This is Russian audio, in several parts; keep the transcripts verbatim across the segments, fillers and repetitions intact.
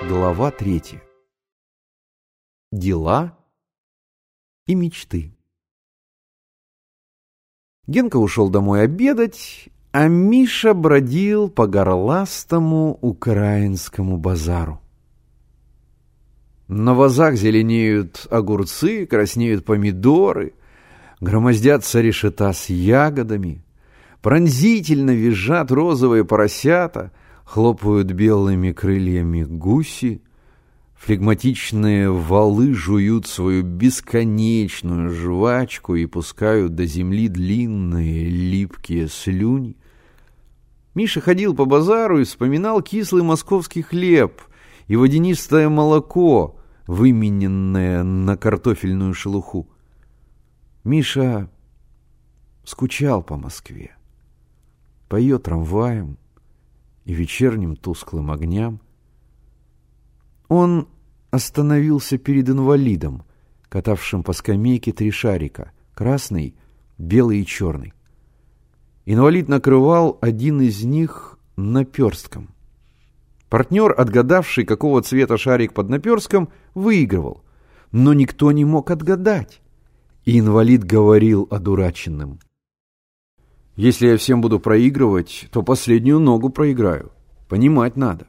Глава третья. Дела и мечты. Генка ушел домой обедать, а Миша бродил по горластому украинскому базару. На вазах зеленеют огурцы, краснеют помидоры, громоздятся решета с ягодами, пронзительно визжат розовые поросята, хлопают белыми крыльями гуси, флегматичные валы жуют свою бесконечную жвачку и пускают до земли длинные липкие слюни. Миша ходил по базару и вспоминал кислый московский хлеб и водянистое молоко, вымененное на картофельную шелуху. Миша скучал по Москве, по ее трамваям и вечерним тусклым огням. Он остановился перед инвалидом, катавшим по скамейке три шарика — красный, белый и черный. Инвалид накрывал один из них наперстком. Партнер, отгадавший, какого цвета шарик под наперстком, выигрывал, но никто не мог отгадать. И инвалид говорил одураченным: «Если я всем буду проигрывать, то последнюю ногу проиграю. Понимать надо».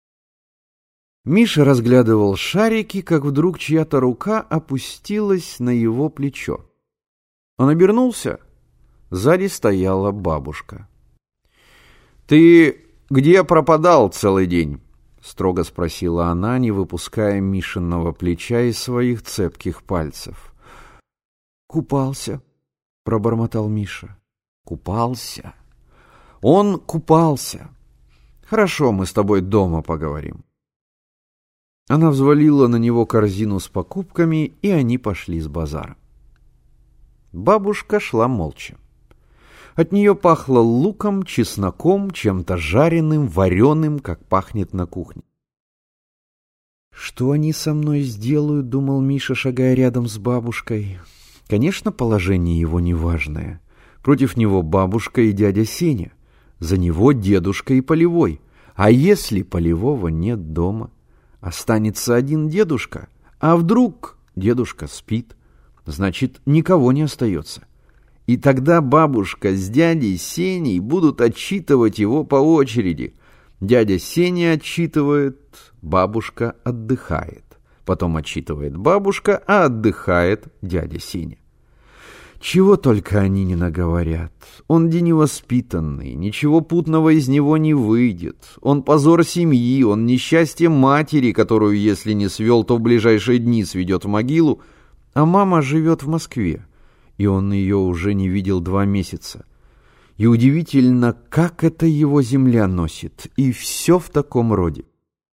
Миша разглядывал шарики, как вдруг чья-то рука опустилась на его плечо. Он обернулся. Сзади стояла бабушка. «Ты где пропадал целый день?» — строго спросила она, не выпуская Мишиного плеча из своих цепких пальцев. «Купался», — пробормотал Миша. «Купался. Он купался. Хорошо, мы с тобой дома поговорим». Она взвалила на него корзину с покупками, и они пошли с базара. Бабушка шла молча. От нее пахло луком, чесноком, чем-то жареным, вареным, как пахнет на кухне. «Что они со мной сделают?» — думал Миша, шагая рядом с бабушкой. Конечно, положение его неважное. Против него бабушка и дядя Сеня. За него дедушка и Полевой. А если Полевого нет дома? Останется один дедушка. А вдруг дедушка спит? Значит, никого не остается. И тогда бабушка с дядей Сеней будут отчитывать его по очереди. Дядя Сеня отчитывает, бабушка отдыхает. Потом отчитывает бабушка, а отдыхает дядя Сеня. Чего только они не наговорят. Он невоспитанный, ничего путного из него не выйдет. Он позор семьи, он несчастье матери, которую, если не свел, то в ближайшие дни сведет в могилу. А мама живет в Москве, и он ее уже не видел два месяца. И удивительно, как это его земля носит, и все в таком роде.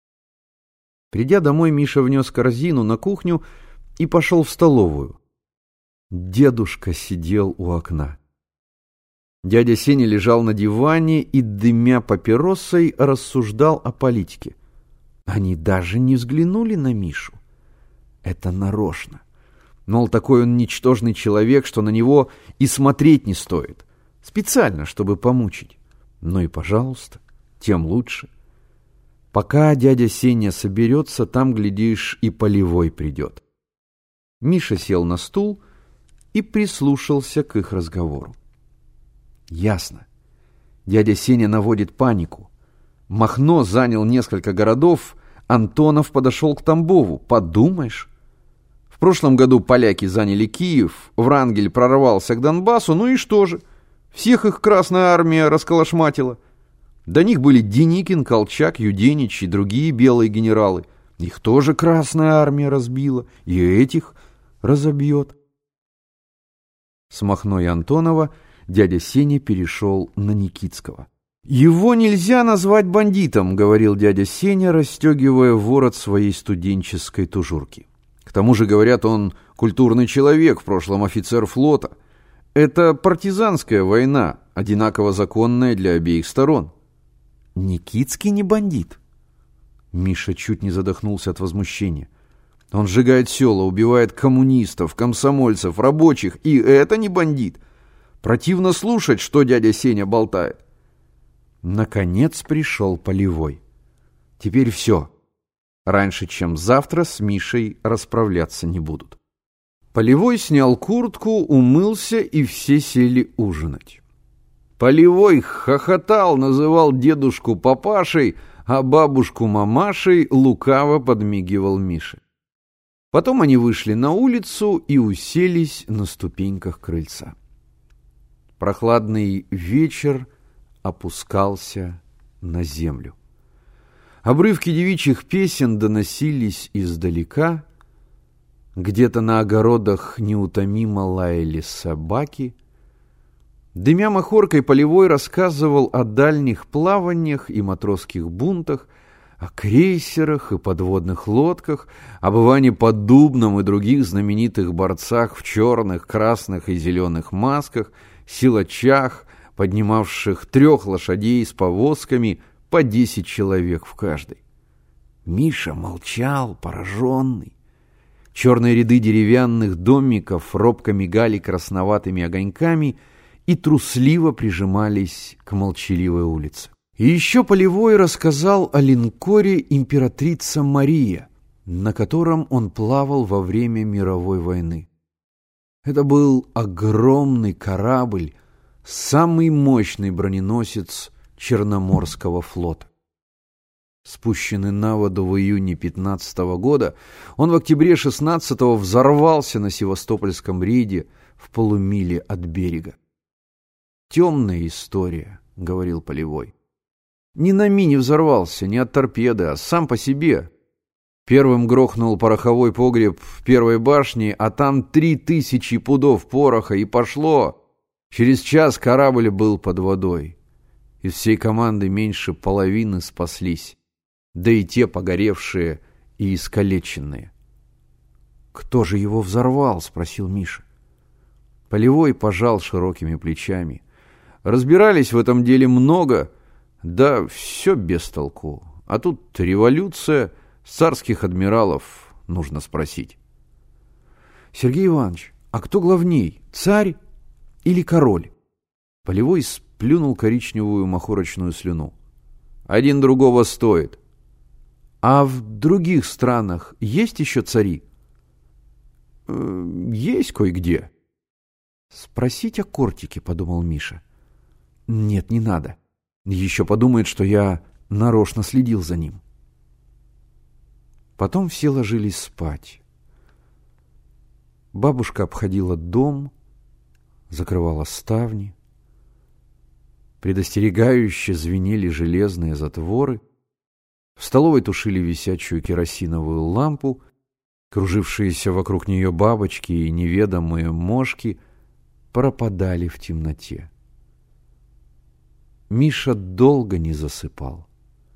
Придя домой, Миша внес корзину на кухню и пошел в столовую. Дедушка сидел у окна. Дядя Сеня лежал на диване и, дымя папиросой, рассуждал о политике. Они даже не взглянули на Мишу. Это нарочно. Мол, такой он ничтожный человек, что на него и смотреть не стоит. Специально, чтобы помучить. Ну и пожалуйста, тем лучше. Пока дядя Сеня соберется, там, глядишь, и Полевой придет. Миша сел на стул и прислушался к их разговору. Ясно. Дядя Сеня наводит панику. Махно занял несколько городов, Антонов подошел к Тамбову. Подумаешь. В прошлом году поляки заняли Киев, Врангель прорвался к Донбассу, ну и что же? Всех их Красная Армия расколошматила. До них были Деникин, Колчак, Юденич и другие белые генералы. Их тоже Красная Армия разбила, и этих разобьет. С Махно и Антонова дядя Сеня перешел на Никитского. «Его нельзя назвать бандитом», — говорил дядя Сеня, расстегивая ворот своей студенческой тужурки. «К тому же, говорят, он культурный человек, в прошлом офицер флота. Это партизанская война, одинаково законная для обеих сторон». «Никитский не бандит». Миша чуть не задохнулся от возмущения. Он сжигает села, убивает коммунистов, комсомольцев, рабочих, и это не бандит. Противно слушать, что дядя Сеня болтает. Наконец пришел Полевой. Теперь все. Раньше, чем завтра, с Мишей расправляться не будут. Полевой снял куртку, умылся, и все сели ужинать. Полевой хохотал, называл дедушку папашей, а бабушку мамашей, лукаво подмигивал Мише. Потом они вышли на улицу и уселись на ступеньках крыльца. Прохладный вечер опускался на землю. Обрывки девичьих песен доносились издалека. Где-то на огородах неутомимо лаяли собаки. Дымя махоркой, Полевой рассказывал о дальних плаваниях и матросских бунтах, о крейсерах и подводных лодках, об Иване Поддубном и других знаменитых борцах в черных, красных и зеленых масках, силачах, поднимавших трех лошадей с повозками, по десять человек в каждой. Миша молчал, пораженный. Черные ряды деревянных домиков робко мигали красноватыми огоньками и трусливо прижимались к молчаливой улице. И еще Полевой рассказал о линкоре «Императрица Мария», на котором он плавал во время мировой войны. Это был огромный корабль, самый мощный броненосец Черноморского флота. Спущенный на воду в июне пятнадцатого года, он в октябре шестнадцатого взорвался на Севастопольском рейде в полумиле от берега. «Темная история», — говорил Полевой. «Не на мине взорвался, не от торпеды, а сам по себе. Первым грохнул пороховой погреб в первой башне, а там три тысячи пудов пороха, и пошло. Через час корабль был под водой. Из всей команды меньше половины спаслись, да и те погоревшие и искалеченные». «Кто же его взорвал?» — спросил Миша. Полевой пожал широкими плечами. «Разбирались в этом деле много, да все без толку. А тут революция, царских адмиралов нужно спросить». «Сергей Иванович, а кто главней, царь или король?» Полевой сплюнул коричневую махорочную слюну. «Один другого стоит». «А в других странах есть еще цари?» э, «Есть кое-где». «Спросить о Кортике», — подумал Миша. «Нет, не надо. Еще подумает, что я нарочно следил за ним». Потом все ложились спать. Бабушка обходила дом, закрывала ставни. Предостерегающе звенели железные затворы. В столовой тушили висячую керосиновую лампу. Кружившиеся вокруг нее бабочки и неведомые мошки пропадали в темноте. Миша долго не засыпал.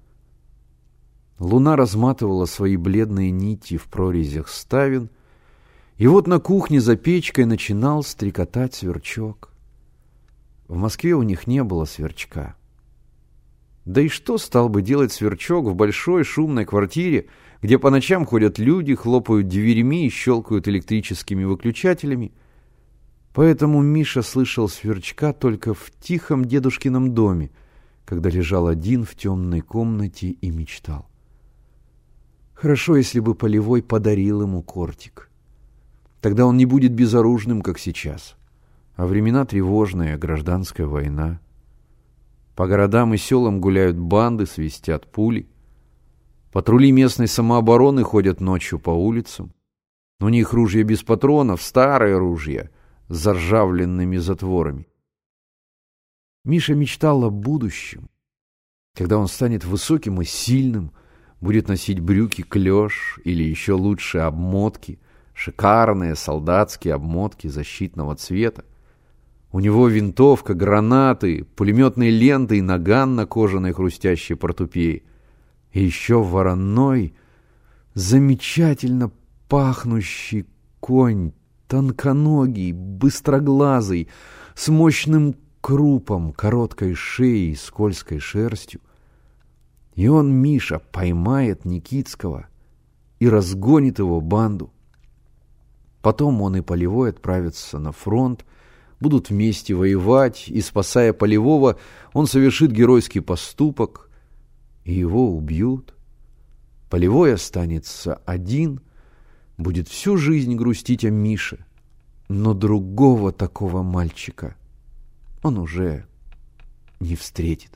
Луна разматывала свои бледные нити в прорезях ставен, и вот на кухне за печкой начинал стрекотать сверчок. В Москве у них не было сверчка. Да и что стал бы делать сверчок в большой шумной квартире, где по ночам ходят люди, хлопают дверьми и щелкают электрическими выключателями? Поэтому Миша слышал сверчка только в тихом дедушкином доме, когда лежал один в темной комнате и мечтал. Хорошо, если бы Полевой подарил ему Кортик. Тогда он не будет безоружным, как сейчас. А времена тревожные, гражданская война. По городам и селам гуляют банды, свистят пули. Патрули местной самообороны ходят ночью по улицам. У них ружья без патронов, старые ружья, с заржавленными затворами. Миша мечтал о будущем, когда он станет высоким и сильным, будет носить брюки клеш или еще лучше обмотки, шикарные солдатские обмотки защитного цвета. У него винтовка, гранаты, пулеметные ленты и наган на кожаной хрустящей портупее. И еще вороной, замечательно пахнущий конь, тонконогий, быстроглазый, с мощным крупом, короткой шеей и скользкой шерстью. И он, Миша, поймает Никитского и разгонит его банду. Потом он и Полевой отправятся на фронт, будут вместе воевать, и, спасая Полевого, он совершит геройский поступок, и его убьют. Полевой останется один, будет всю жизнь грустить о Мише, но другого такого мальчика он уже не встретит.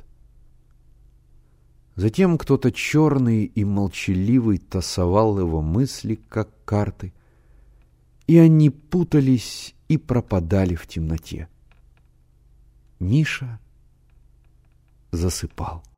Затем кто-то черный и молчаливый тасовал его мысли, как карты, и они путались и пропадали в темноте. Миша засыпал.